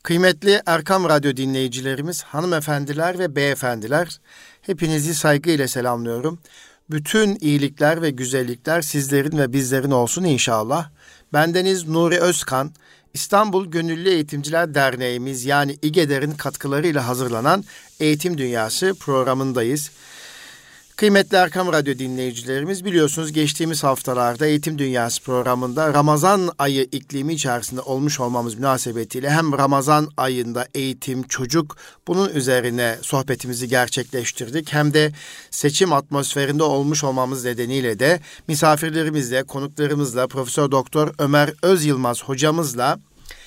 Kıymetli Erkam Radyo dinleyicilerimiz, hanımefendiler ve beyefendiler, hepinizi saygıyla selamlıyorum. Bütün iyilikler ve güzellikler sizlerin ve bizlerin olsun inşallah. Bendeniz Nuri Özkan, İstanbul Gönüllü Eğitimciler Derneğimiz yani İGEDER'in katkılarıyla hazırlanan Eğitim Dünyası programındayız. Kıymetli Erkam Radyo dinleyicilerimiz, biliyorsunuz geçtiğimiz haftalarda Eğitim Dünyası programında Ramazan ayı iklimi içerisinde olmuş olmamız münasebetiyle hem Ramazan ayında eğitim, çocuk bunun üzerine sohbetimizi gerçekleştirdik. Hem de seçim atmosferinde olmuş olmamız nedeniyle de misafirlerimizle, konuklarımızla, Profesör Doktor Ömer Özyılmaz hocamızla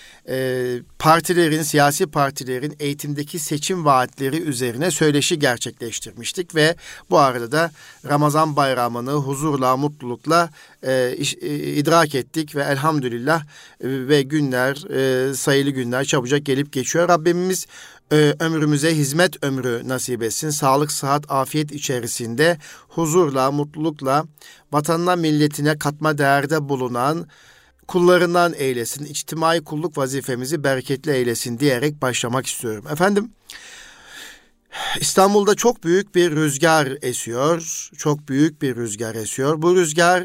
siyasi partilerin eğitimdeki seçim vaatleri üzerine söyleşi gerçekleştirmiştik ve bu arada da Ramazan bayramını huzurla, mutlulukla idrak ettik ve elhamdülillah ve günler, sayılı günler çabucak gelip geçiyor. Rabbimiz ömrümüze hizmet ömrü nasip etsin. Sağlık, sıhhat, afiyet içerisinde huzurla, mutlulukla vatanına, milletine katma değerde bulunan kullarından eylesin, içtimai kulluk vazifemizi bereketli eylesin diyerek başlamak istiyorum. Efendim, İstanbul'da çok büyük bir rüzgar esiyor. Çok büyük bir rüzgar esiyor. Bu rüzgar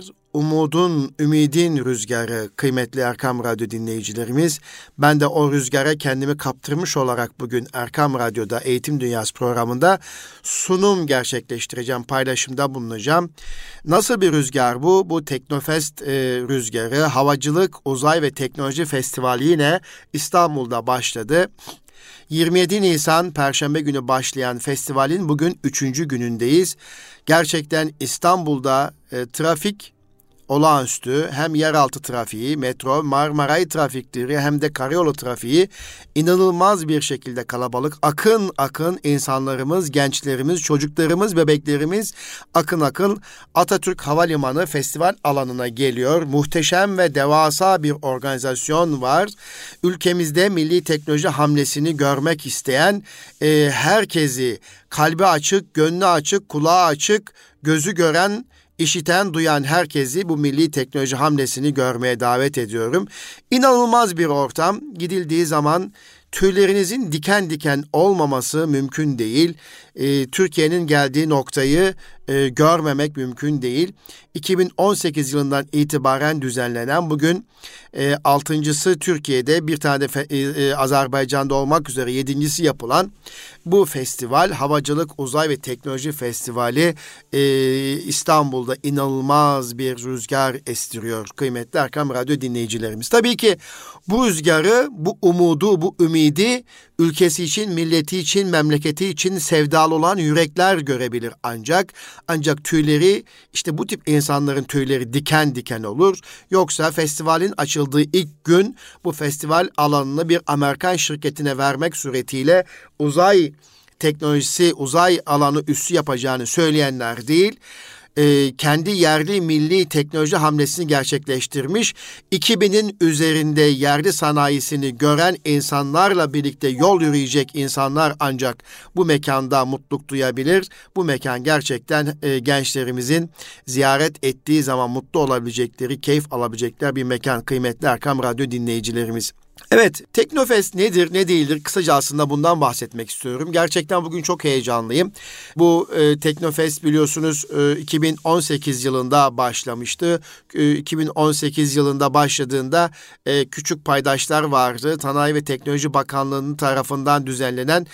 ümidin rüzgarı kıymetli Erkam Radyo dinleyicilerimiz. Ben de o rüzgara kendimi kaptırmış olarak bugün Erkam Radyo'da Eğitim Dünyası programında sunum gerçekleştireceğim, paylaşımda bulunacağım. Nasıl bir rüzgar bu? Bu Teknofest rüzgarı, Havacılık, Uzay ve Teknoloji Festivali yine İstanbul'da başladı. 27 Nisan Perşembe günü başlayan festivalin bugün 3. günündeyiz. Gerçekten İstanbul'da trafik olağanüstü, hem yeraltı trafiği, metro, Marmaray trafikleri hem de karayolu trafiği inanılmaz bir şekilde kalabalık. Akın akın insanlarımız, gençlerimiz, çocuklarımız, bebeklerimiz akın akın Atatürk Havalimanı festival alanına geliyor. Muhteşem ve devasa bir organizasyon var. Ülkemizde milli teknoloji hamlesini görmek isteyen herkesi, kalbi açık, gönlü açık, kulağı açık, gözü gören, İşiten, duyan herkesi bu milli teknoloji hamlesini görmeye davet ediyorum. İnanılmaz bir ortam. Gidildiği zaman tüylerinizin diken diken olmaması mümkün değil. Türkiye'nin geldiği noktayı görmemek mümkün değil. 2018 yılından itibaren düzenlenen, bugün 6.'sı Türkiye'de, bir tane de Azerbaycan'da olmak üzere 7.'si yapılan bu festival, Havacılık, Uzay ve Teknoloji Festivali İstanbul'da inanılmaz bir rüzgar estiriyor kıymetli Erkam Radyo dinleyicilerimiz. Tabii ki bu rüzgarı, bu umudu, bu ümidi ülkesi için, milleti için, memleketi için sevdalı olan yürekler görebilir ancak tüyleri, işte bu tip insanların tüyleri diken diken olur. Yoksa festivalin açıldığı ilk gün bu festival alanını bir Amerikan şirketine vermek suretiyle uzay teknolojisi, uzay alanı üssü yapacağını söyleyenler değil, kendi yerli milli teknoloji hamlesini gerçekleştirmiş, 2000'in üzerinde yerli sanayisini gören insanlarla birlikte yol yürüyecek insanlar ancak bu mekanda mutluluk duyabilir. Bu mekan gerçekten gençlerimizin ziyaret ettiği zaman mutlu olabilecekleri, keyif alabilecekleri bir mekan kıymetli Erkam Radyo dinleyicilerimiz. Evet, Teknofest nedir, ne değildir? Kısaca aslında bundan bahsetmek istiyorum. Gerçekten bugün çok heyecanlıyım. Bu Teknofest biliyorsunuz 2018 yılında başlamıştı. 2018 yılında başladığında küçük paydaşlar vardı. Sanayi ve Teknoloji Bakanlığı'nın tarafından düzenlenen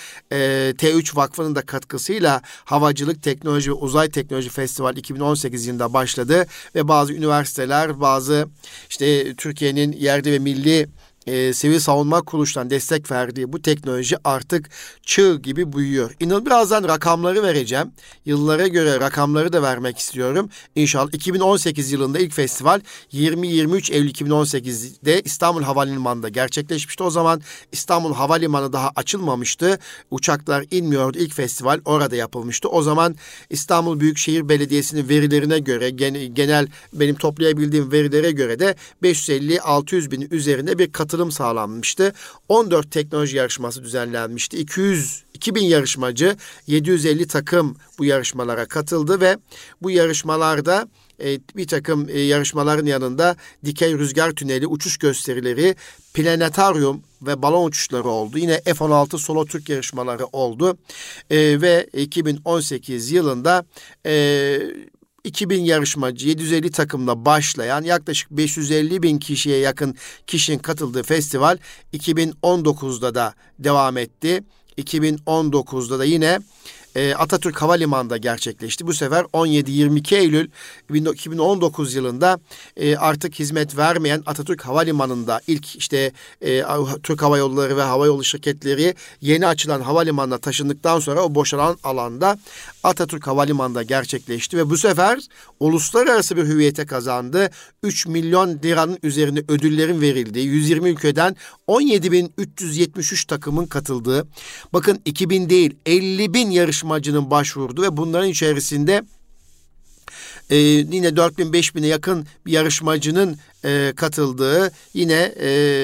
T3 Vakfı'nın da katkısıyla Havacılık, Teknoloji ve Uzay Teknoloji Festivali 2018 yılında başladı. Ve bazı üniversiteler, bazı işte Türkiye'nin yerli ve milli sivil savunma kuruluşlarından destek verdiği bu teknoloji artık çığ gibi büyüyor. Birazdan rakamları vereceğim. Yıllara göre rakamları da vermek istiyorum. İnşallah 2018 yılında ilk festival 20-23 Eylül 2018'de İstanbul Havalimanı'nda gerçekleşmişti. O zaman İstanbul Havalimanı daha açılmamıştı. Uçaklar inmiyordu. İlk festival orada yapılmıştı. O zaman İstanbul Büyükşehir Belediyesi'nin verilerine göre, genel benim toplayabildiğim verilere göre de 550-600 bin üzerinde bir katılım sağlanmıştı. 14 teknoloji yarışması düzenlenmişti. 2000 yarışmacı, 750 takım bu yarışmalara katıldı ve bu yarışmalarda bir takım yarışmaların yanında dikey rüzgar tüneli, uçuş gösterileri, planetaryum ve balon uçuşları oldu. Yine F-16 Solo Türk yarışmaları oldu. Ve 2018 yılında 2000 yarışmacı, 750 takımla başlayan yaklaşık 550 bin kişiye yakın kişinin katıldığı festival 2019'da da devam etti. 2019'da da yine Atatürk Havalimanı'nda gerçekleşti. Bu sefer 17-22 Eylül 2019 yılında artık hizmet vermeyen Atatürk Havalimanı'nda ilk Türk Hava Yolları ve havayolu şirketleri yeni açılan havalimanına taşındıktan sonra o boşalan alanda Atatürk Havalimanı'nda gerçekleşti ve bu sefer uluslararası bir hüviyete kazandı. 3 milyon liranın üzerinde ödüllerin verildiği, 120 ülkeden 17.373 takımın katıldığı, bakın 2000 değil 50 bin yarışmacının başvurdu ve bunların içerisinde yine 4000-5000'e yakın bir yarışmacının katıldığı, yine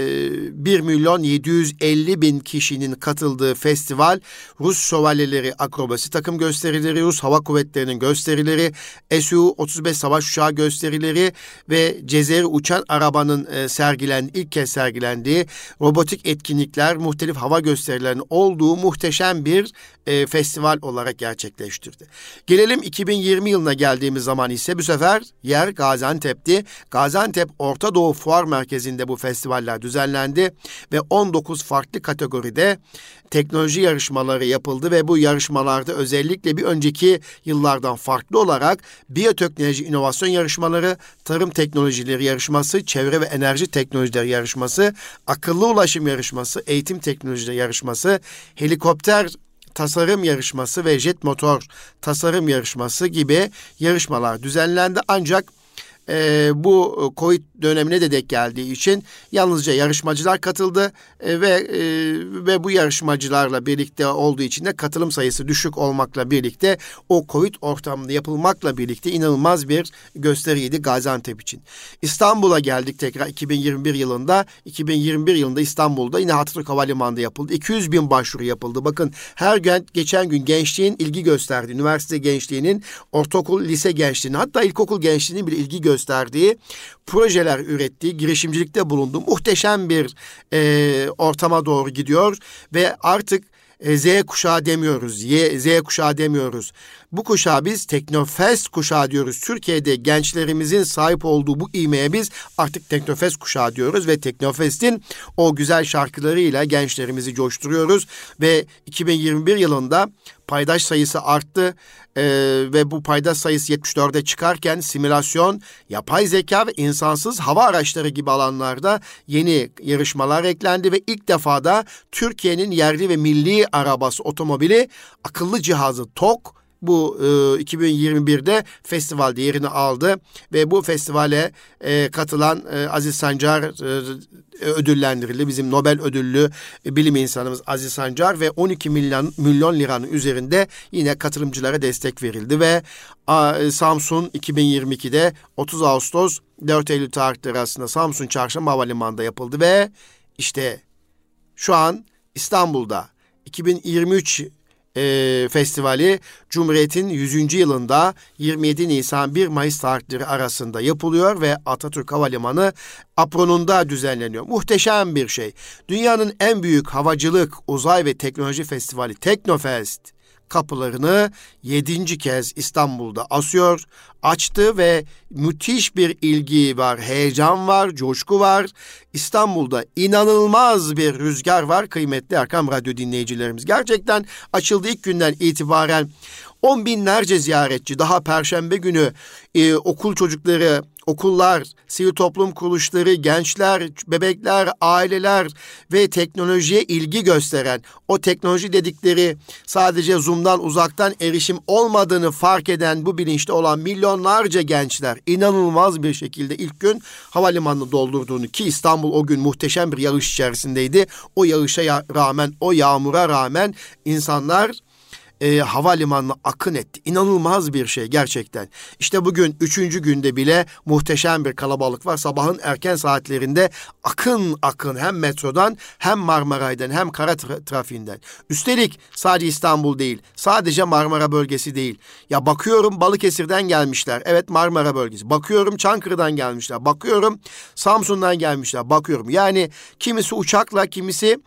1.750.000 kişinin katıldığı festival, Rus şövalyeleri akrobasi takım gösterileri, Rus Hava Kuvvetleri'nin gösterileri, Su-35 savaş uçağı gösterileri ve Cezeri uçan arabanın ilk kez sergilendiği robotik etkinlikler, muhtelif hava gösterilerinin olduğu muhteşem bir festival olarak gerçekleştirdi. Gelelim 2020 yılına geldiğimiz zaman ise bu sefer yer Gaziantep'ti. Gaziantep Orta Doğu Fuar Merkezi'nde bu festivaller düzenlendi ve 19 farklı kategoride teknoloji yarışmaları yapıldı ve bu yarışmalarda özellikle bir önceki yıllardan farklı olarak biyoteknoloji inovasyon yarışmaları, tarım teknolojileri yarışması, çevre ve enerji teknolojileri yarışması, akıllı ulaşım yarışması, eğitim teknolojileri yarışması, helikopter tasarım yarışması ve jet motor tasarım yarışması gibi yarışmalar düzenlendi. Ancak bu Covid dönemine de denk geldiği için yalnızca yarışmacılar katıldı ve bu yarışmacılarla birlikte olduğu için de katılım sayısı düşük olmakla birlikte o Covid ortamında yapılmakla birlikte inanılmaz bir gösteriydi Gaziantep için. İstanbul'a geldik tekrar 2021 yılında. 2021 yılında İstanbul'da yine Atatürk Havalimanı'nda yapıldı. 200 bin başvuru yapıldı. Bakın geçen gün gençliğin ilgi gösterdiği, üniversite gençliğinin, ortaokul, lise gençliğinin, hatta ilkokul gençliğinin bile ilgi gösterdiği, projeler ürettiği, girişimcilikte bulunduğu muhteşem bir ortama doğru gidiyor ve artık Z kuşağı demiyoruz, Z kuşağı demiyoruz. Bu kuşağı biz Teknofest kuşağı diyoruz. Türkiye'de gençlerimizin sahip olduğu bu ivmeye biz artık Teknofest kuşağı diyoruz ve Teknofest'in o güzel şarkılarıyla gençlerimizi coşturuyoruz ve 2021 yılında paydaş sayısı arttı ve bu paydaş sayısı 74'e çıkarken simülasyon, yapay zeka ve insansız hava araçları gibi alanlarda yeni yarışmalar eklendi ve ilk defa da Türkiye'nin yerli ve milli arabası, otomobili, akıllı cihazı TOK bu 2021'de festivalde yerini aldı ve bu festivale katılan Aziz Sancar ödüllendirildi. Bizim Nobel ödüllü bilim insanımız Aziz Sancar ve 12 milyon liranın üzerinde yine katılımcılara destek verildi ve Samsun 2022'de 30 Ağustos 4 Eylül tarihleri arasında Samsun Çarşamba Havalimanı'nda yapıldı ve işte şu an İstanbul'da 2023 festivali Cumhuriyet'in 100. yılında 27 Nisan 1 Mayıs tarihleri arasında yapılıyor ve Atatürk Havalimanı apronunda düzenleniyor. Muhteşem bir şey. Dünyanın en büyük havacılık, uzay ve teknoloji festivali Teknofest kapılarını 7. kez İstanbul'da açtı ve müthiş bir ilgi var, heyecan var, coşku var. İstanbul'da inanılmaz bir rüzgar var kıymetli Erkam Radyo dinleyicilerimiz. Gerçekten açıldığı ilk günden itibaren 10 binlerce ziyaretçi, daha Perşembe günü okul çocukları, okullar, sivil toplum kuruluşları, gençler, bebekler, aileler ve teknolojiye ilgi gösteren, o teknoloji dedikleri sadece Zoom'dan uzaktan erişim olmadığını fark eden, bu bilinçte olan milyonlarca gençler inanılmaz bir şekilde ilk gün havalimanını doldurduğunu, ki İstanbul o gün muhteşem bir yağış içerisindeydi. O yağışa rağmen, o yağmura rağmen insanlar havalimanına akın etti. İnanılmaz bir şey gerçekten. İşte bugün 3. günde bile muhteşem bir kalabalık var. Sabahın erken saatlerinde akın hem metrodan hem Marmaray'dan hem kara trafiğinden. Üstelik sadece İstanbul değil, sadece Marmara bölgesi değil. Ya bakıyorum Balıkesir'den gelmişler. Evet, Marmara bölgesi. Bakıyorum Çankırı'dan gelmişler. Bakıyorum Samsun'dan gelmişler. Bakıyorum. Yani kimisi uçakla, kimisi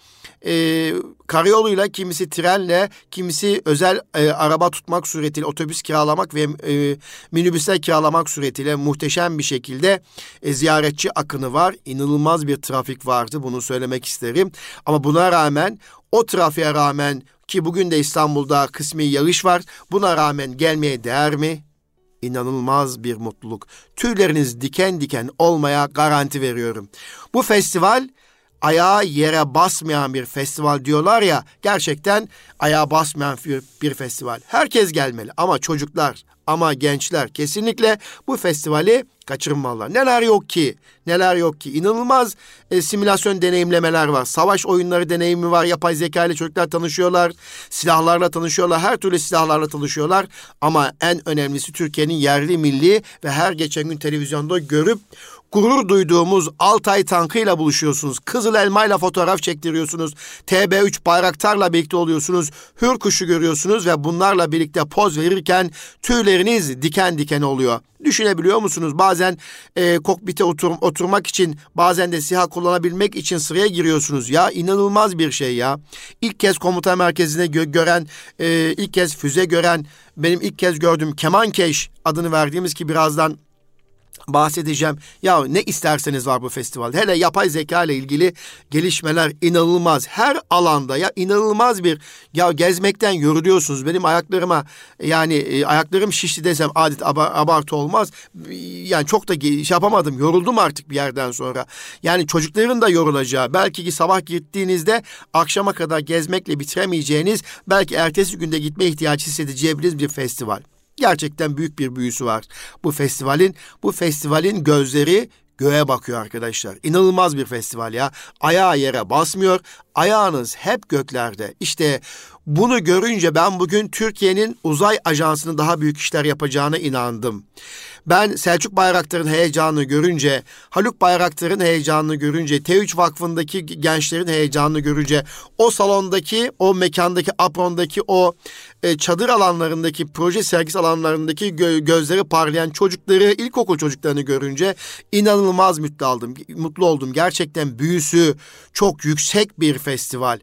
karayoluyla, kimisi trenle, kimisi özel araba tutmak suretiyle, otobüs kiralamak ve minibüsler kiralamak suretiyle muhteşem bir şekilde ziyaretçi akını var. İnanılmaz bir trafik vardı, bunu söylemek isterim. Ama buna rağmen, o trafiğe rağmen, ki bugün de İstanbul'da kısmi yağış var, buna rağmen gelmeye değer mi? İnanılmaz bir mutluluk. Tüyleriniz diken diken olmaya garanti veriyorum. Bu festival ayağı yere basmayan bir festival diyorlar ya, gerçekten ayağa basmayan bir festival. Herkes gelmeli ama çocuklar, ama gençler kesinlikle bu festivali kaçırmamalılar. Neler yok ki, neler yok ki. İnanılmaz simülasyon deneyimlemeler var. Savaş oyunları deneyimi var. Yapay zeka ile çocuklar tanışıyorlar. Silahlarla tanışıyorlar. Her türlü silahlarla tanışıyorlar. Ama en önemlisi Türkiye'nin yerli, milli ve her geçen gün televizyonda görüp gurur duyduğumuz Altay tankıyla buluşuyorsunuz. Kızıl elmayla fotoğraf çektiriyorsunuz. TB3 Bayraktar'la birlikte oluyorsunuz. Hürkuş'u görüyorsunuz ve bunlarla birlikte poz verirken tüyleriniz diken diken oluyor. Düşünebiliyor musunuz? Bazen kokpite oturmak için, bazen de SİHA kullanabilmek için sıraya giriyorsunuz. Ya inanılmaz bir şey ya. İlk kez komuta merkezine gören, ilk kez füze gören, benim ilk kez gördüğüm Kemankeş adını verdiğimiz, ki birazdan bahsedeceğim. Ya ne isterseniz var bu festivalde. Hele yapay zeka ile ilgili gelişmeler inanılmaz. Her alanda ya inanılmaz bir, ya gezmekten yoruluyorsunuz. Benim ayaklarıma, yani ayaklarım şişti desem adet abartı olmaz. Yani çok da yapamadım. Yoruldum artık bir yerden sonra. Yani çocukların da yorulacağı, belki ki sabah gittiğinizde akşama kadar gezmekle bitiremeyeceğiniz, belki ertesi günde gitme ihtiyacı hissedeceğiniz bir festival. Gerçekten büyük bir büyüsü var bu festivalin. Bu festivalin gözleri göğe bakıyor arkadaşlar. İnanılmaz bir festival ya. Ayağı yere basmıyor. Ayağınız hep göklerde. İşte bunu görünce ben bugün Türkiye'nin uzay ajansının daha büyük işler yapacağına inandım. Ben Selçuk Bayraktar'ın heyecanını görünce, Haluk Bayraktar'ın heyecanını görünce, T3 Vakfı'ndaki gençlerin heyecanını görünce, o salondaki, o mekandaki, aprondaki, o çadır alanlarındaki, proje sergisi alanlarındaki gözleri parlayan çocukları, ilkokul çocuklarını görünce inanılmaz mutlu oldum. Gerçekten büyüsü çok yüksek bir festival.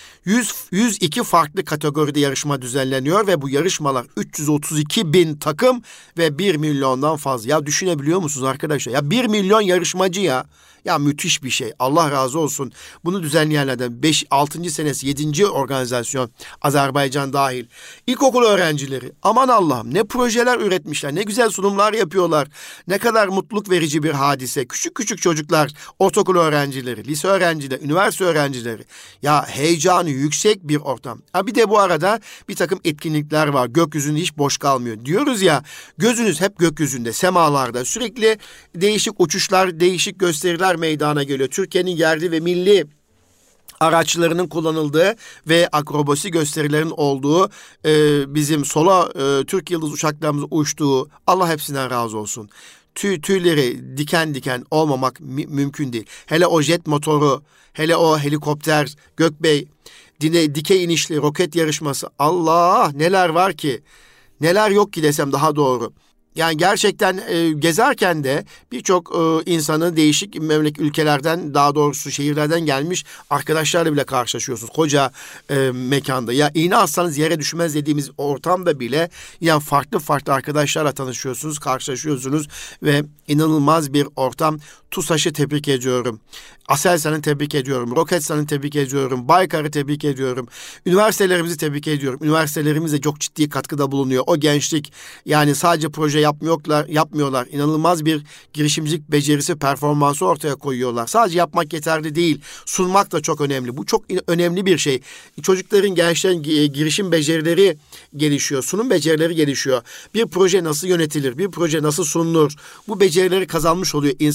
102 farklı kategoride yarışma düzenleniyor ve bu yarışmalar 332 bin takım ve 1 milyondan fazla. Ya düşünebiliyor musunuz arkadaşlar? Ya 1 milyon yarışmacı ya. Ya müthiş bir şey. Allah razı olsun. Bunu düzenleyenlerden 6. senesi 7. organizasyon, Azerbaycan dahil. İlkokul öğrencileri, aman Allah'ım, ne projeler üretmişler, ne güzel sunumlar yapıyorlar. Ne kadar mutluluk verici bir hadise. Küçük küçük çocuklar, ortaokul öğrencileri, lise öğrencileri, üniversite öğrencileri. Ya heyecanı yüksek bir ortam. Bir de bu arada bir takım etkinlikler var. Gökyüzünde hiç boş kalmıyor. Diyoruz ya, gözünüz hep gökyüzünde, semalarda. Sürekli değişik uçuşlar, değişik gösteriler meydana geliyor. Türkiye'nin yerli ve milli araçlarının kullanıldığı ve akrobasi gösterilerin olduğu, bizim Türk Yıldız uçaklarımızın uçtuğu, Allah hepsinden razı olsun. Tüyleri diken diken olmamak mümkün değil. Hele o jet motoru, hele o helikopter, Gökbey, dikey inişli roket yarışması, Allah neler var ki, neler yok ki desem daha doğru. Yani gerçekten gezerken de birçok insanı değişik ülkelerden, daha doğrusu şehirlerden gelmiş arkadaşlarla bile karşılaşıyorsunuz. Koca mekanda. Ya iğne atsanız yere düşmez dediğimiz ortamda bile yani farklı farklı arkadaşlarla tanışıyorsunuz, karşılaşıyorsunuz ve inanılmaz bir ortam. TUSAŞ'ı tebrik ediyorum. Aselsan'ı tebrik ediyorum. Roketsan'ı tebrik ediyorum. Baykar'ı tebrik ediyorum. Üniversitelerimizi tebrik ediyorum. Üniversitelerimiz de çok ciddi katkıda bulunuyor. O gençlik, yani sadece proje yapmıyorlar. İnanılmaz bir girişimcilik becerisi, performansı ortaya koyuyorlar. Sadece yapmak yeterli değil. Sunmak da çok önemli. Bu çok önemli bir şey. Çocukların, gençlerin girişim becerileri gelişiyor. Sunum becerileri gelişiyor. Bir proje nasıl yönetilir? Bir proje nasıl sunulur? Bu becerileri kazanmış oluyor insan bu ortamda.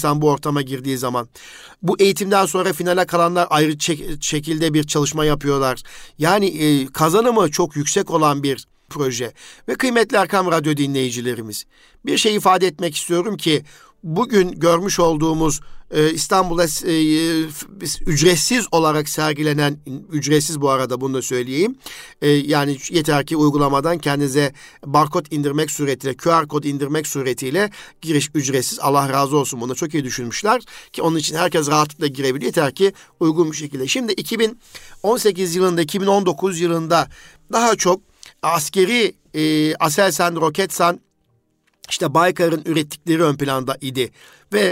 ortama girdiği zaman. Bu eğitimden sonra finale kalanlar ayrı şekilde bir çalışma yapıyorlar. Yani kazanımı çok yüksek olan bir proje. Ve kıymetli Erkam Radyo dinleyicilerimiz, bir şey ifade etmek istiyorum ki bugün görmüş olduğumuz İstanbul'da ücretsiz olarak sergilenen, ücretsiz bu arada bunu da söyleyeyim. Yani yeter ki uygulamadan kendinize barkod indirmek suretiyle, QR kod indirmek suretiyle giriş ücretsiz. Allah razı olsun, bunu çok iyi düşünmüşler ki onun için herkes rahatlıkla girebilir. Yeter ki uygun bir şekilde. Şimdi 2018 yılında, 2019 yılında daha çok askeri Aselsan, Roketsan, İşte Baykar'ın ürettikleri ön planda idi ve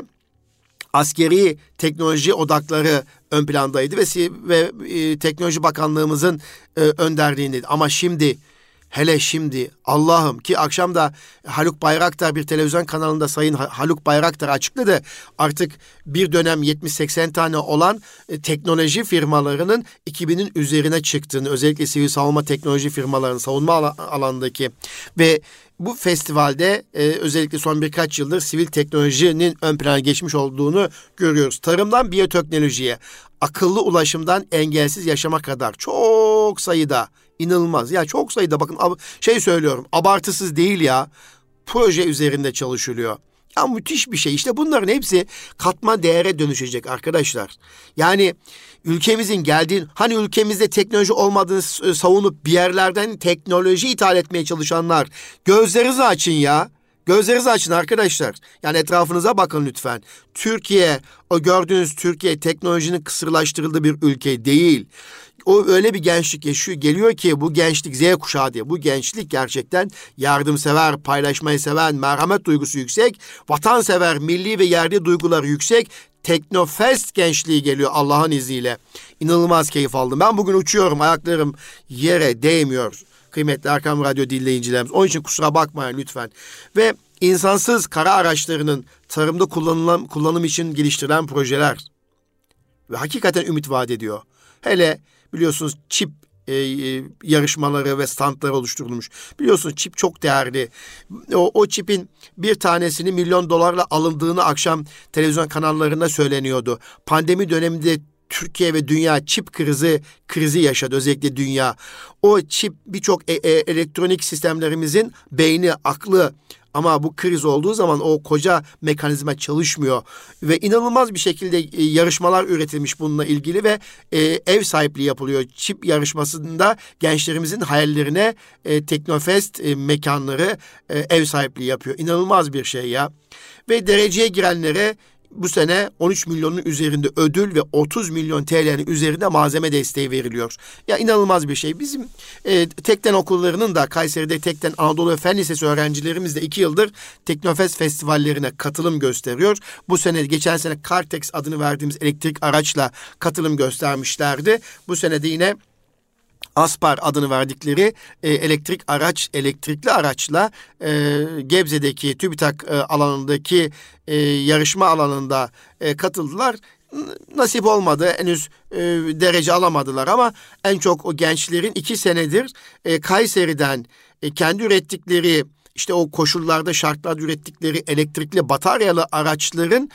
askeri teknoloji odakları ön plandaydı ve Teknoloji Bakanlığımızın önderliğindeydi. Ama şimdi, hele şimdi Allah'ım, ki akşam da Haluk Bayraktar bir televizyon kanalında Sayın Haluk Bayraktar açıkladı. Artık bir dönem 70-80 tane olan teknoloji firmalarının 2000'in üzerine çıktığını, özellikle sivil savunma teknoloji firmalarının savunma alanındaki ve bu festivalde özellikle son birkaç yıldır sivil teknolojinin ön plana geçmiş olduğunu görüyoruz. Tarımdan biyoteknolojiye, akıllı ulaşımdan engelsiz yaşama kadar çok sayıda, inanılmaz ya, çok sayıda, bakın söylüyorum, abartısız değil ya, proje üzerinde çalışılıyor. Ya müthiş bir şey. İşte bunların hepsi katma değere dönüşecek arkadaşlar. Yani ülkemizin hani ülkemizde teknoloji olmadığını savunup bir yerlerden teknoloji ithal etmeye çalışanlar, gözlerinizi açın ya. Gözlerinizi açın arkadaşlar. Yani etrafınıza bakın lütfen. Türkiye, o gördüğünüz Türkiye teknolojinin kısırlaştırıldığı bir ülke değil. O öyle bir gençlik geliyor ki, bu gençlik Z kuşağı diye. Bu gençlik gerçekten yardımsever, paylaşmayı seven, merhamet duygusu yüksek, vatansever, milli ve yerli duyguları yüksek, Teknofest gençliği geliyor Allah'ın izniyle. İnanılmaz keyif aldım. Ben bugün uçuyorum, ayaklarım yere değmiyor. Kıymetli Erkam Radyo dinleyicilerimiz. Onun için kusura bakmayın lütfen. Ve insansız kara araçlarının tarımda kullanım için geliştirilen projeler. Ve hakikaten ümit vaat ediyor. Hele biliyorsunuz çip yarışmaları ve standları oluşturulmuş. Biliyorsunuz çip çok değerli. O çipin bir tanesini $1 milyon alındığını akşam televizyon kanallarında söyleniyordu. Pandemi döneminde Türkiye ve dünya çip krizi yaşadı, özellikle dünya. O çip birçok elektronik sistemlerimizin beyni, aklı, ama bu kriz olduğu zaman o koca mekanizma çalışmıyor ve inanılmaz bir şekilde yarışmalar üretilmiş bununla ilgili ve ev sahipliği yapılıyor. Çip yarışmasında gençlerimizin hayallerine Teknofest mekanları ev sahipliği yapıyor. İnanılmaz bir şey ya. Ve dereceye girenlere bu sene 13 milyonun üzerinde ödül ve 30 milyon TL'nin üzerinde malzeme desteği veriliyor. Ya inanılmaz bir şey. Bizim Tekden okullarının da, Kayseri'de Tekden Anadolu Fen Lisesi öğrencilerimiz de 2 yıldır Teknofest festivallerine katılım gösteriyor. Bu sene, geçen sene Kartex adını verdiğimiz elektrik araçla katılım göstermişlerdi. Bu sene de yine Aspar adını verdikleri elektrikli araçla Gebze'deki TÜBİTAK alanındaki yarışma alanında katıldılar. Nasip olmadı, henüz derece alamadılar ama en çok o gençlerin 2 senedir Kayseri'den kendi ürettikleri, işte o koşullarda, şartlarda ürettikleri elektrikli bataryalı araçların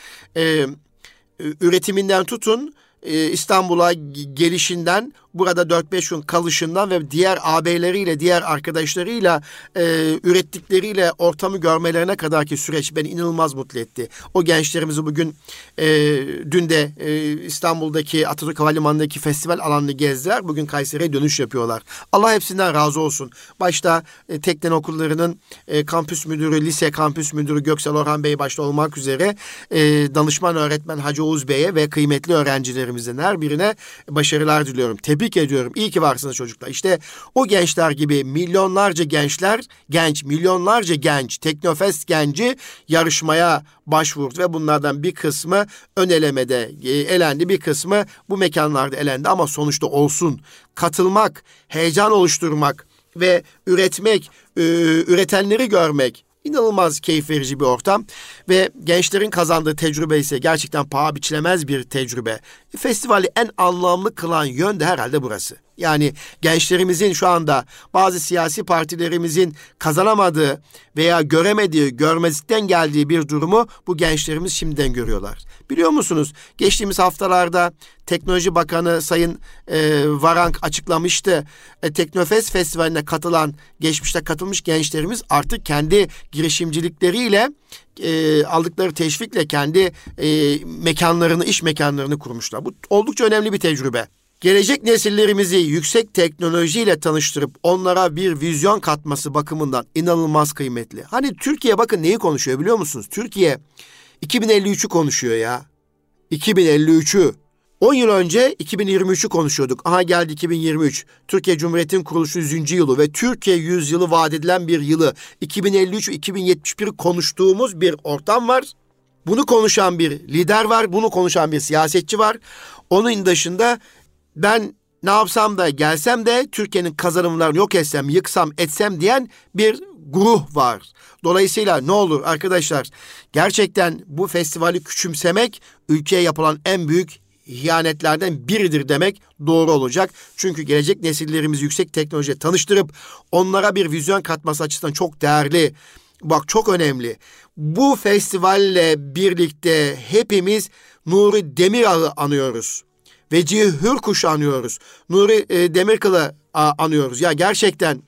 üretiminden tutun, İstanbul'a gelişinden, burada 4-5 gün kalışından ve diğer ağabeyleriyle, diğer arkadaşlarıyla ürettikleriyle ortamı görmelerine kadarki süreç beni inanılmaz mutlu etti. O gençlerimizi bugün dün de İstanbul'daki Atatürk Havalimanı'ndaki festival alanını gezdiler. Bugün Kayseri'ye dönüş yapıyorlar. Allah hepsinden razı olsun. Başta Tekden okullarının kampüs müdürü, lise kampüs müdürü Göksel Orhan Bey başta olmak üzere danışman öğretmen Hacı Oğuz Bey'e ve kıymetli öğrencilerimizden her birine başarılar diliyorum. Tebrik ediyorum. İyi ki varsınız çocuklar. İşte o gençler gibi milyonlarca milyonlarca genç, Teknofest genci yarışmaya başvurdu ve bunlardan bir kısmı ön elemede elendi, bir kısmı bu mekanlarda elendi ama sonuçta olsun. Katılmak, heyecan oluşturmak ve üretmek, üretenleri görmek İnanılmaz keyif verici bir ortam ve gençlerin kazandığı tecrübe ise gerçekten paha biçilemez bir tecrübe. Festivali en anlamlı kılan yön de herhalde burası. Yani gençlerimizin şu anda bazı siyasi partilerimizin kazanamadığı veya göremediği, görmezlikten geldiği bir durumu bu gençlerimiz şimdiden görüyorlar. Biliyor musunuz? Geçtiğimiz haftalarda Teknoloji Bakanı Sayın Varank açıklamıştı. Teknofest Festivali'ne katılan, geçmişte katılmış gençlerimiz artık kendi girişimcilikleriyle aldıkları teşvikle kendi mekanlarını, iş mekanlarını kurmuşlar. Bu oldukça önemli bir tecrübe. Gelecek nesillerimizi yüksek teknolojiyle tanıştırıp onlara bir vizyon katması bakımından inanılmaz kıymetli. Hani Türkiye bakın neyi konuşuyor biliyor musunuz? Türkiye 2053'ü konuşuyor ya. 2053'ü. 10 yıl önce 2023'ü konuşuyorduk. Aha geldi 2023. Türkiye Cumhuriyeti'nin kuruluşu 100. yılı ve Türkiye 100 yılı vaat edilen bir yılı. 2053 ve 2071'i konuştuğumuz bir ortam var. Bunu konuşan bir lider var. Bunu konuşan bir siyasetçi var. Onun dışında ben ne yapsam da gelsem de Türkiye'nin kazanımlarını yok etsem, yıksam, etsem diyen bir güruh var. Dolayısıyla ne olur arkadaşlar, gerçekten bu festivali küçümsemek ülkeye yapılan en büyük ihanetlerden biridir demek doğru olacak. Çünkü gelecek nesillerimizi yüksek teknolojiye tanıştırıp onlara bir vizyon katması açısından çok değerli. Bak çok önemli. Bu festivalle birlikte hepimiz Nuri Demirağ'ı anıyoruz. Vecihi Hürkuş'u anıyoruz. Nuri Demirkıl'ı anıyoruz. Ya gerçekten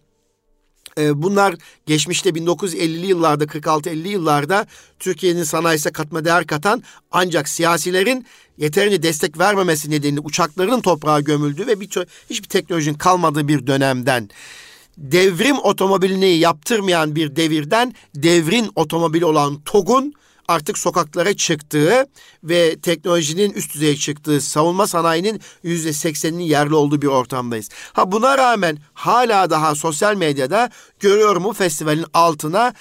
bunlar geçmişte 1950'li yıllarda, 46-50 yıllarda Türkiye'nin sanayisine katma değer katan ancak siyasilerin yeterince destek vermemesi nedeniyle uçaklarının toprağa gömüldüğü ve hiçbir teknolojinin kalmadığı bir dönemden, devrim otomobilini yaptırmayan bir devirden devrin otomobili olan TOG'un artık sokaklara çıktığı ve teknolojinin üst düzeye çıktığı, savunma sanayinin %80'inin yerli olduğu bir ortamdayız. Buna rağmen hala daha sosyal medyada görüyorum bu festivalin altına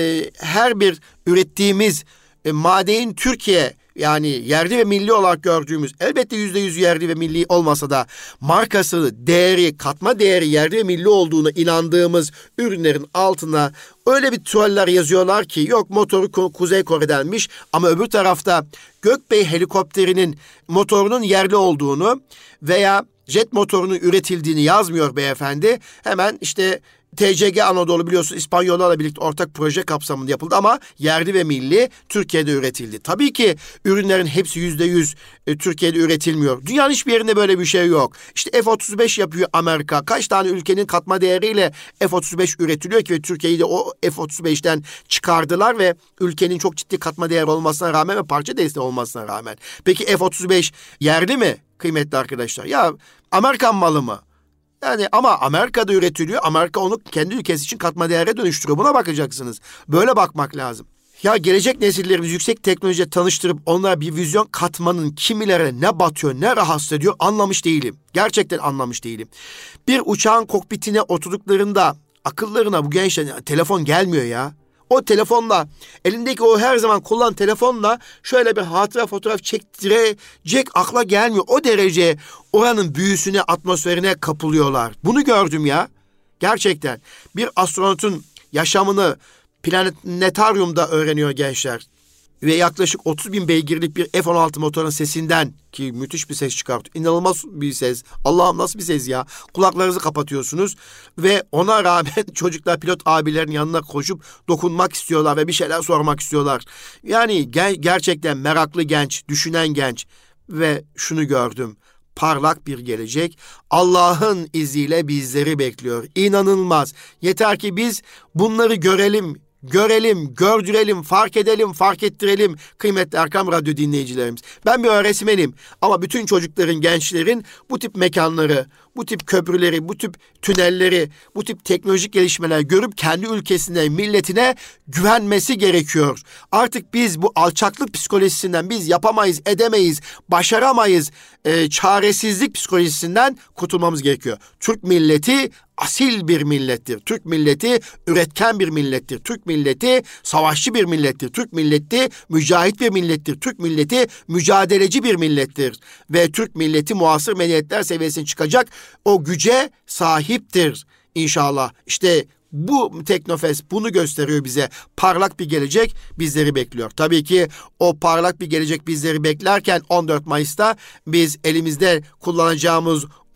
her bir ürettiğimiz Made in Türkiye, yani yerli ve milli olarak gördüğümüz, elbette %100 yerli ve milli olmasa da markası, değeri, katma değeri yerli ve milli olduğuna inandığımız ürünlerin altına öyle bir tuvaller yazıyorlar ki yok motoru Kuzey Kore'denmiş ama öbür tarafta Gökbey helikopterinin motorunun yerli olduğunu veya jet motorunun üretildiğini yazmıyor beyefendi. Hemen işte TCG Anadolu biliyorsun İspanyollarla birlikte ortak proje kapsamında yapıldı ama yerli ve milli Türkiye'de üretildi. Tabii ki ürünlerin hepsi %100 Türkiye'de üretilmiyor. Dünyanın hiçbir yerinde böyle bir şey yok. İşte F-35 yapıyor Amerika. Kaç tane ülkenin katma değeriyle F-35 üretiliyor ki ve Türkiye'yi de o F-35'ten çıkardılar ve ülkenin çok ciddi katma değeri olmasına rağmen ve parça desteği olmasına rağmen. Peki F-35 yerli mi kıymetli arkadaşlar? Ya Amerikan malı mı? Yani ama Amerika'da üretiliyor. Amerika onu kendi ülkesi için katma değere dönüştürüyor. Buna bakacaksınız. Böyle bakmak lazım. Ya gelecek nesillerimizi yüksek teknolojiye tanıştırıp onlara bir vizyon katmanın kimilere ne batıyor, ne rahatsız ediyor anlamış değilim. Gerçekten anlamış değilim. Bir uçağın kokpitine oturduklarında akıllarına bu gençlerin telefon gelmiyor ya. O telefonla, elindeki o her zaman kullanılan telefonla şöyle bir hatıra fotoğraf çektirecek akla gelmiyor. O derece oranın büyüsüne, atmosferine kapılıyorlar. Bunu gördüm ya. Gerçekten bir astronotun yaşamını planetaryumda öğreniyor gençler. Ve yaklaşık 30 bin beygirlik bir F-16 motorun sesinden, ki müthiş bir ses çıkartıyor. İnanılmaz bir ses. Allah'ım nasıl bir ses ya. Kulaklarınızı kapatıyorsunuz ve ona rağmen çocuklar pilot abilerin yanına koşup dokunmak istiyorlar ve bir şeyler sormak istiyorlar. Yani gerçekten meraklı genç, düşünen genç ve şunu gördüm. Parlak bir gelecek Allah'ın izniyle bizleri bekliyor. İnanılmaz. Yeter ki biz bunları görelim, gördürelim, fark edelim, fark ettirelim kıymetli Erkam Radyo dinleyicilerimiz. Ben bir öğretmenim ama bütün çocukların, gençlerin bu tip mekanları, bu tip köprüleri, bu tip tünelleri, bu tip teknolojik gelişmeler görüp kendi ülkesine, milletine güvenmesi gerekiyor. Artık biz bu alçaklık psikolojisinden biz yapamayız, edemeyiz, başaramayız, çaresizlik psikolojisinden kurtulmamız gerekiyor. Türk milleti asil bir millettir. Türk milleti üretken bir millettir. Türk milleti savaşçı bir millettir. Türk milleti mücahit bir millettir. Türk milleti mücadeleci bir millettir. Ve Türk milleti muasır medeniyetler seviyesine çıkacak o güce sahiptir inşallah. İşte bu Teknofest bunu gösteriyor bize. Parlak bir gelecek bizleri bekliyor. Tabii ki o parlak bir gelecek bizleri beklerken 14 Mayıs'ta biz elimizde kullanacağımız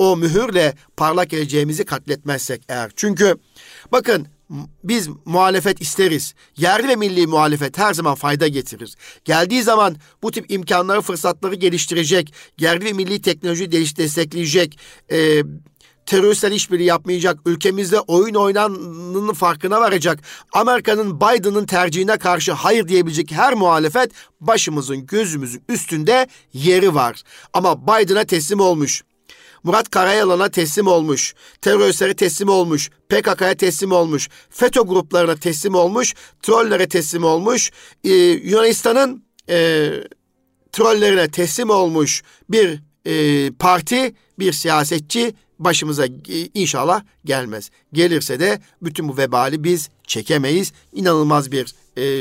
o mühürle parlak geleceğimizi katletmezsek eğer. Çünkü bakın, biz muhalefet isteriz. Yerli ve milli muhalefet her zaman fayda getirir. Geldiği zaman bu tip imkanları, fırsatları geliştirecek, yerli ve milli teknolojiyi destekleyecek, teröristler işbirliği yapmayacak, ülkemizde oyun oynananın farkına varacak, Amerika'nın Biden'ın tercihine karşı hayır diyebilecek her muhalefet başımızın, gözümüzün üstünde yeri var. Ama Biden'a teslim olmuş, Murat Karayalan'a teslim olmuş, teröristlere teslim olmuş, PKK'ya teslim olmuş, FETÖ gruplarına teslim olmuş, trollere teslim olmuş, Yunanistan'ın trollerine teslim olmuş bir parti, bir siyasetçi başımıza inşallah gelmez. Gelirse de bütün bu vebali biz çekemeyiz. İnanılmaz bir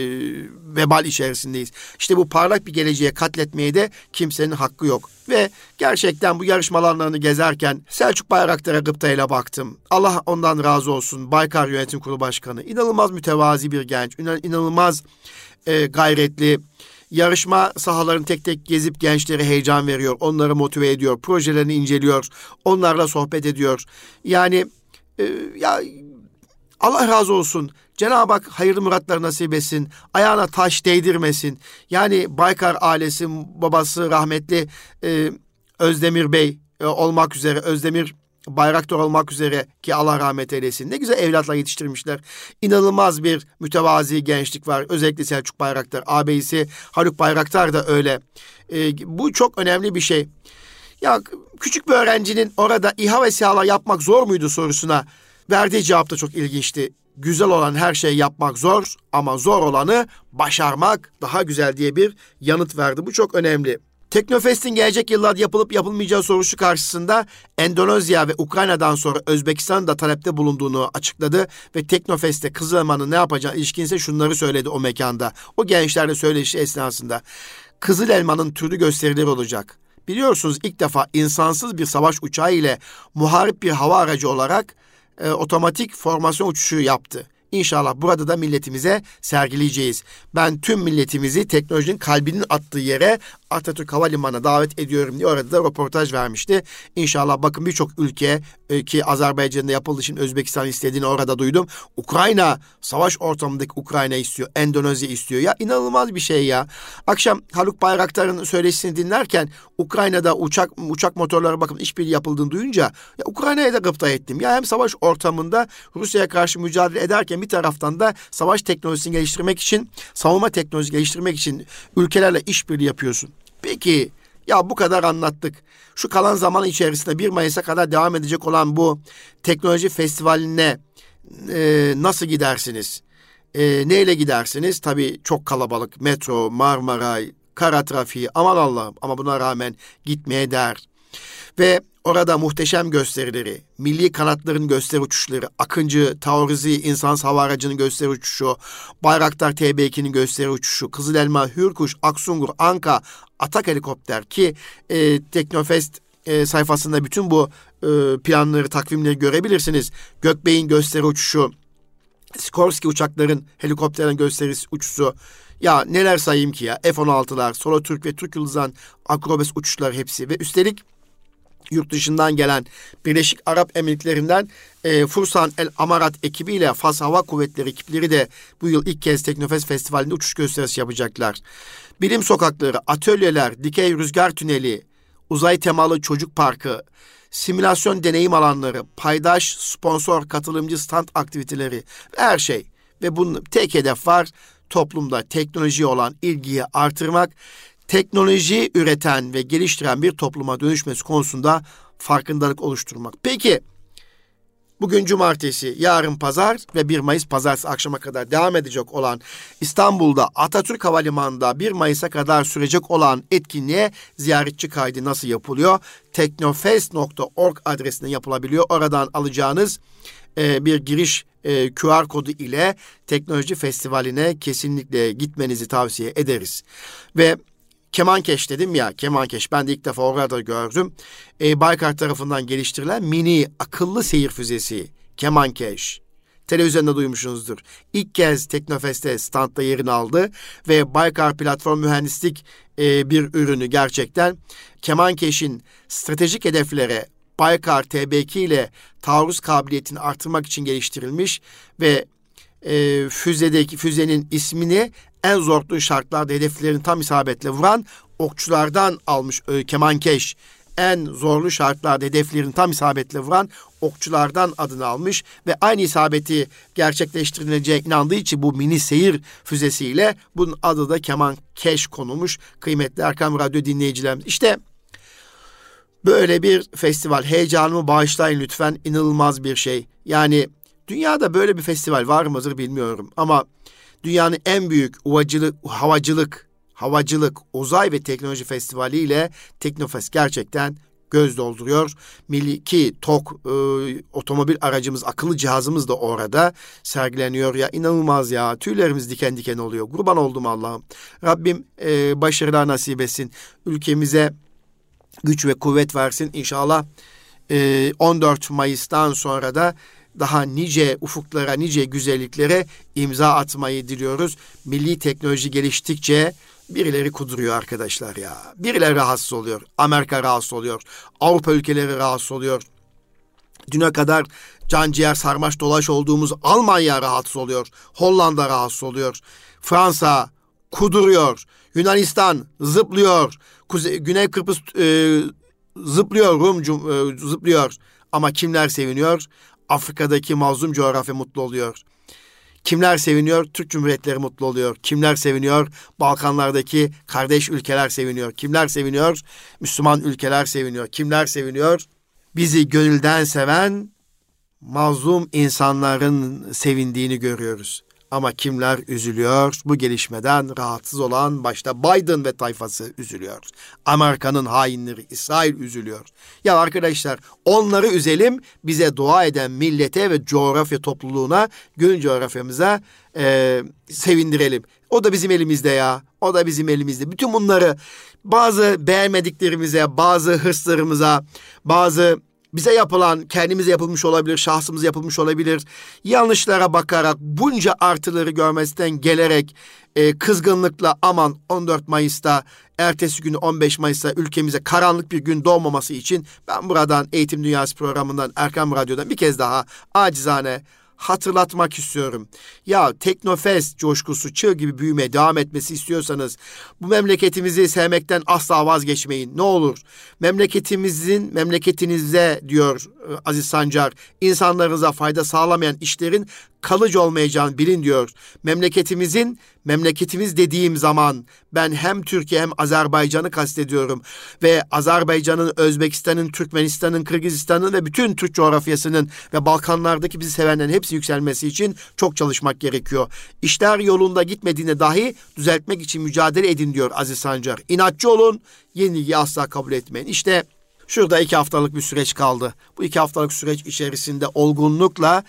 vebal içerisindeyiz. İşte bu parlak bir geleceğe katletmeye de kimsenin hakkı yok. Ve gerçekten bu yarışma alanlarını gezerken Selçuk Bayraktar'a gıptayla baktım. Allah ondan razı olsun. Baykar Yönetim Kurulu Başkanı. İnanılmaz mütevazi bir genç. İnanılmaz gayretli. Yarışma sahalarını tek tek gezip gençlere heyecan veriyor. Onları motive ediyor. Projelerini inceliyor. Onlarla sohbet ediyor. Yani ya Allah razı olsun. Cenab-ı Hak hayırlı muratlar nasip etsin. Ayağına taş değdirmesin. Yani Baykar ailesi, babası rahmetli Özdemir Bey olmak üzere, Özdemir Bayraktar olmak üzere, ki Allah rahmet eylesin. Ne güzel evlatlar yetiştirmişler. İnanılmaz bir mütevazi gençlik var. Özellikle Selçuk Bayraktar. Ağabeyisi Haluk Bayraktar da öyle. Bu çok önemli bir şey. Ya küçük bir öğrencinin orada İHA ve SİHA'lar yapmak zor muydu sorusuna verdiği cevap da çok ilginçti. Güzel olan her şeyi yapmak zor ama zor olanı başarmak daha güzel diye bir yanıt verdi. Bu çok önemli. Teknofest'in gelecek yıllarda yapılıp yapılmayacağı sorusu karşısında Endonezya ve Ukrayna'dan sonra Özbekistan'ın da talepte bulunduğunu açıkladı ve Teknofest'te Kızıl Elma'nın ne yapacağı ilişkinse şunları söyledi o mekanda. O gençlerle söyleşi esnasında. Kızıl Elma'nın türlü gösterileri olacak. Biliyorsunuz ilk defa insansız bir savaş uçağı ile muharip bir hava aracı olarak otomatik formasyon uçuşu yaptı. İnşallah burada da milletimize sergileyeceğiz. Ben tüm milletimizi teknolojinin kalbinin attığı yere, Atatürk Havalimanı'na davet ediyorum diye orada da röportaj vermişti. İnşallah bakın birçok ülke ki Azerbaycan'da yapıldığı için Özbekistan istediğini orada duydum. Ukrayna, savaş ortamındaki Ukrayna istiyor. Endonezya istiyor. Ya inanılmaz bir şey ya. Akşam Haluk Bayraktar'ın söyleşisini dinlerken Ukrayna'da uçak motorları bakın işbirliği yapıldığını duyunca ya Ukrayna'ya da gıpta ettim. Ya hem savaş ortamında Rusya'ya karşı mücadele ederken bir taraftan da savaş teknolojisini geliştirmek için, savunma teknolojisi geliştirmek için ülkelerle işbirliği yapıyorsun. Peki ya bu kadar anlattık. Şu kalan zaman içerisinde 1 Mayıs'a kadar devam edecek olan bu teknoloji festivaline nasıl gidersiniz? Neyle gidersiniz? Tabii çok kalabalık. Metro, Marmaray, kara trafiği, aman Allah'ım, ama buna rağmen gitmeye değer. Ve orada muhteşem gösterileri, milli kanatların gösteri uçuşları, Akıncı, Taurizi insansız hava aracının gösteri uçuşu, Bayraktar TB2'nin gösteri uçuşu, Kızıl Elma, Hürkuş, Aksungur, Anka, Atak helikopter ki Teknofest sayfasında bütün bu planları, takvimleri görebilirsiniz. Gökbey'in gösteri uçuşu, Sikorsky uçakların, helikopterin gösterisi uçuşu. Ya neler sayayım ki ya, F-16'lar, Solotürk ve Türk Yıldız'dan akrobes uçuşlar hepsi ve üstelik yurt dışından gelen Birleşik Arap Emirlikleri'nden Fursan El Amarat ekibiyle Fas Hava Kuvvetleri ekipleri de bu yıl ilk kez Teknofest Festivali'nde uçuş gösterisi yapacaklar. Bilim sokakları, atölyeler, dikey rüzgar tüneli, uzay temalı çocuk parkı, simülasyon deneyim alanları, paydaş, sponsor, katılımcı stand aktiviteleri, her şey. Ve bunun tek hedef var, toplumda teknolojiye olan ilgiyi artırmak, teknoloji üreten ve geliştiren bir topluma dönüşmesi konusunda farkındalık oluşturmak. Peki, bugün cumartesi, yarın pazar ve 1 Mayıs pazartesi akşama kadar devam edecek olan İstanbul'da Atatürk Havalimanı'nda 1 Mayıs'a kadar sürecek olan etkinliğe ziyaretçi kaydı nasıl yapılıyor? Teknofest.org adresine yapılabiliyor. Oradan alacağınız bir giriş QR kodu ile teknoloji festivaline kesinlikle gitmenizi tavsiye ederiz. Ve Kemankeş dedim ya, Kemankeş ben de ilk defa orada gördüm. Baykar tarafından geliştirilen mini akıllı seyir füzesi Kemankeş. Televizyonda duymuşsunuzdur. İlk kez Teknofest'te standta yerini aldı ve Baykar Platform Mühendislik bir ürünü gerçekten. Kemankeş'in stratejik hedeflere, Baykar TB2 ile taarruz kabiliyetini artırmak için geliştirilmiş ve füzenin ismini en zorlu şartlarda hedeflerini tam isabetle vuran okçulardan almış. Kemankeş en zorlu şartlarda hedeflerini tam isabetle vuran okçulardan adını almış ve aynı isabeti gerçekleştirileceğine inandığı için bu mini seyir füzesiyle bunun adı da Kemankeş konulmuş kıymetli Erkam Radyo dinleyicilerimiz. İşte böyle bir festival. Heyecanımı bağışlayın lütfen, inanılmaz bir şey. Yani dünyada böyle bir festival var mıdır bilmiyorum ama dünyanın en büyük havacılık, uzay ve teknoloji festivali ile Teknofest gerçekten göz dolduruyor. Milli TOK otomobil aracımız, akıllı cihazımız da orada sergileniyor. Ya inanılmaz ya. Tüylerimiz diken diken oluyor. Kurban oldum Allah'ım. Rabbim başarılar nasip etsin. Ülkemize güç ve kuvvet versin. İnşallah 14 Mayıs'tan sonra da daha nice ufuklara, nice güzelliklere imza atmayı diliyoruz. Milli teknoloji geliştikçe birileri kuduruyor arkadaşlar ya. Birileri rahatsız oluyor. Amerika rahatsız oluyor. Avrupa ülkeleri rahatsız oluyor. Düne kadar canciğer sarmaş dolaş olduğumuz Almanya rahatsız oluyor. Hollanda rahatsız oluyor. Fransa kuduruyor. Yunanistan zıplıyor. Güney Kıbrıs zıplıyor. Rum zıplıyor. Ama kimler seviniyor? Afrika'daki mazlum coğrafya mutlu oluyor. Kimler seviniyor? Türk Cumhuriyetleri mutlu oluyor. Kimler seviniyor? Balkanlardaki kardeş ülkeler seviniyor. Kimler seviniyor? Müslüman ülkeler seviniyor. Kimler seviniyor? Bizi gönülden seven mazlum insanların sevindiğini görüyoruz. Ama kimler üzülüyor? Bu gelişmeden rahatsız olan başta Biden ve tayfası üzülüyor. Amerika'nın hainleri, İsrail üzülüyor. Ya arkadaşlar onları üzelim, bize dua eden millete ve coğrafya topluluğuna, gönül coğrafyamıza sevindirelim. O da bizim elimizde ya. O da bizim elimizde. Bütün bunları bazı beğenmediklerimize, bazı hırslarımıza, bazı bize yapılan, kendimize yapılmış olabilir, şahsımıza yapılmış olabilir. Yanlışlara bakarak, bunca artıları görmezden gelerek kızgınlıkla aman 14 Mayıs'ta, ertesi günü 15 Mayıs'ta ülkemize karanlık bir gün doğmaması için ben buradan Eğitim Dünyası programından, Erkam Radyo'dan bir kez daha acizane hatırlatmak istiyorum. Ya Teknofest coşkusu çığ gibi büyümeye devam etmesi istiyorsanız bu memleketimizi sevmekten asla vazgeçmeyin. Ne olur memleketinize diyor Aziz Sancar, insanlarınıza fayda sağlamayan işlerin kalıcı olmayacağını bilin diyor. Memleketimiz dediğim zaman ben hem Türkiye hem Azerbaycan'ı kastediyorum. Ve Azerbaycan'ın, Özbekistan'ın, Türkmenistan'ın, Kırgızistan'ın ve bütün Türk coğrafyasının ve Balkanlardaki bizi sevenlerin hepsi yükselmesi için çok çalışmak gerekiyor. İşler yolunda gitmediğinde dahi düzeltmek için mücadele edin diyor Aziz Sancar. İnatçı olun, yenilgiyi asla kabul etmeyin. İşte şurada 2 haftalık bir süreç kaldı. Bu 2 haftalık süreç içerisinde olgunlukla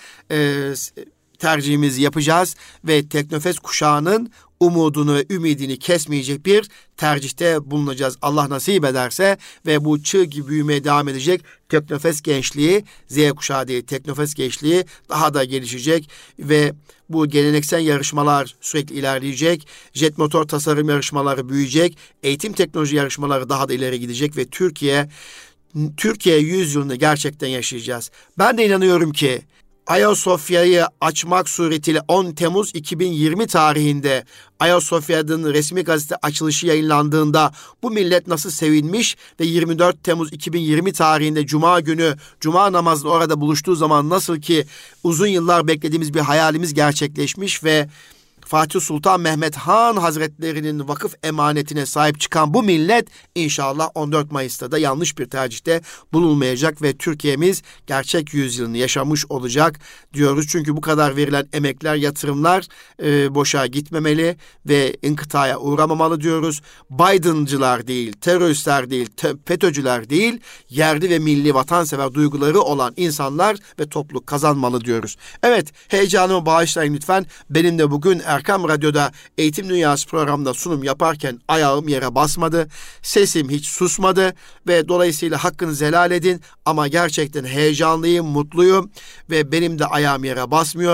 tercihimizi yapacağız ve Teknofest kuşağının umudunu ve ümidini kesmeyecek bir tercihte bulunacağız. Allah nasip ederse ve bu çığ gibi büyümeye devam edecek Teknofest gençliği, Z kuşağı değil, Teknofest gençliği daha da gelişecek ve bu geleneksel yarışmalar sürekli ilerleyecek. Jet motor tasarım yarışmaları büyüyecek. Eğitim teknoloji yarışmaları daha da ileri gidecek ve Türkiye 100 yılını gerçekten yaşayacağız. Ben de inanıyorum ki Ayasofya'yı açmak suretiyle 10 Temmuz 2020 tarihinde Ayasofya'nın resmi gazete açılışı yayınlandığında bu millet nasıl sevinmiş ve 24 Temmuz 2020 tarihinde Cuma günü Cuma namazının orada buluştuğu zaman nasıl ki uzun yıllar beklediğimiz bir hayalimiz gerçekleşmiş ve Fatih Sultan Mehmet Han Hazretleri'nin vakıf emanetine sahip çıkan bu millet inşallah 14 Mayıs'ta da yanlış bir tercihte bulunmayacak ve Türkiye'miz gerçek yüzyılını yaşamış olacak diyoruz. Çünkü bu kadar verilen emekler, yatırımlar boşa gitmemeli ve inkıtaya uğramamalı diyoruz. Biden'cılar değil, teröristler değil, FETÖ'cüler değil, yerli ve milli vatansever duyguları olan insanlar ve topluluk kazanmalı diyoruz. Evet, heyecanımı bağışlayın lütfen. Benim de bugün Erkam Radyo'da Eğitim Dünyası programında sunum yaparken ayağım yere basmadı. Sesim hiç susmadı ve dolayısıyla hakkınızı helal edin. Ama gerçekten heyecanlıyım, mutluyum ve benim de ayağım yere basmıyor.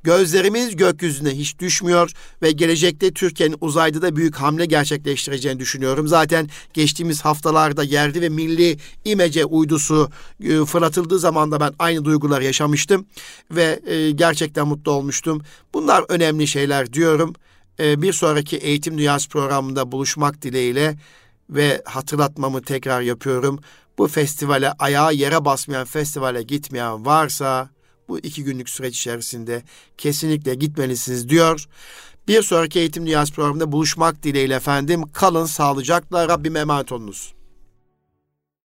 Gözlerimiz gökyüzüne hiç düşmüyor ve gelecekte Türkiye'nin uzayda da büyük hamle gerçekleştireceğini düşünüyorum. Zaten geçtiğimiz haftalarda yerli ve milli İMECE uydusu fırlatıldığı zaman da ben aynı duyguları yaşamıştım ve gerçekten mutlu olmuştum. Bunlar önemli şeyler diyorum. Bir sonraki Eğitim Dünyası programında buluşmak dileğiyle ve hatırlatmamı tekrar yapıyorum. Bu festivale, ayağı yere basmayan festivale gitmeyen varsa bu 2 günlük süreç içerisinde kesinlikle gitmelisiniz diyor. Bir sonraki Eğitim Dünyası programında buluşmak dileğiyle efendim. Kalın sağlıcakla, Rabbime emanet olunuz.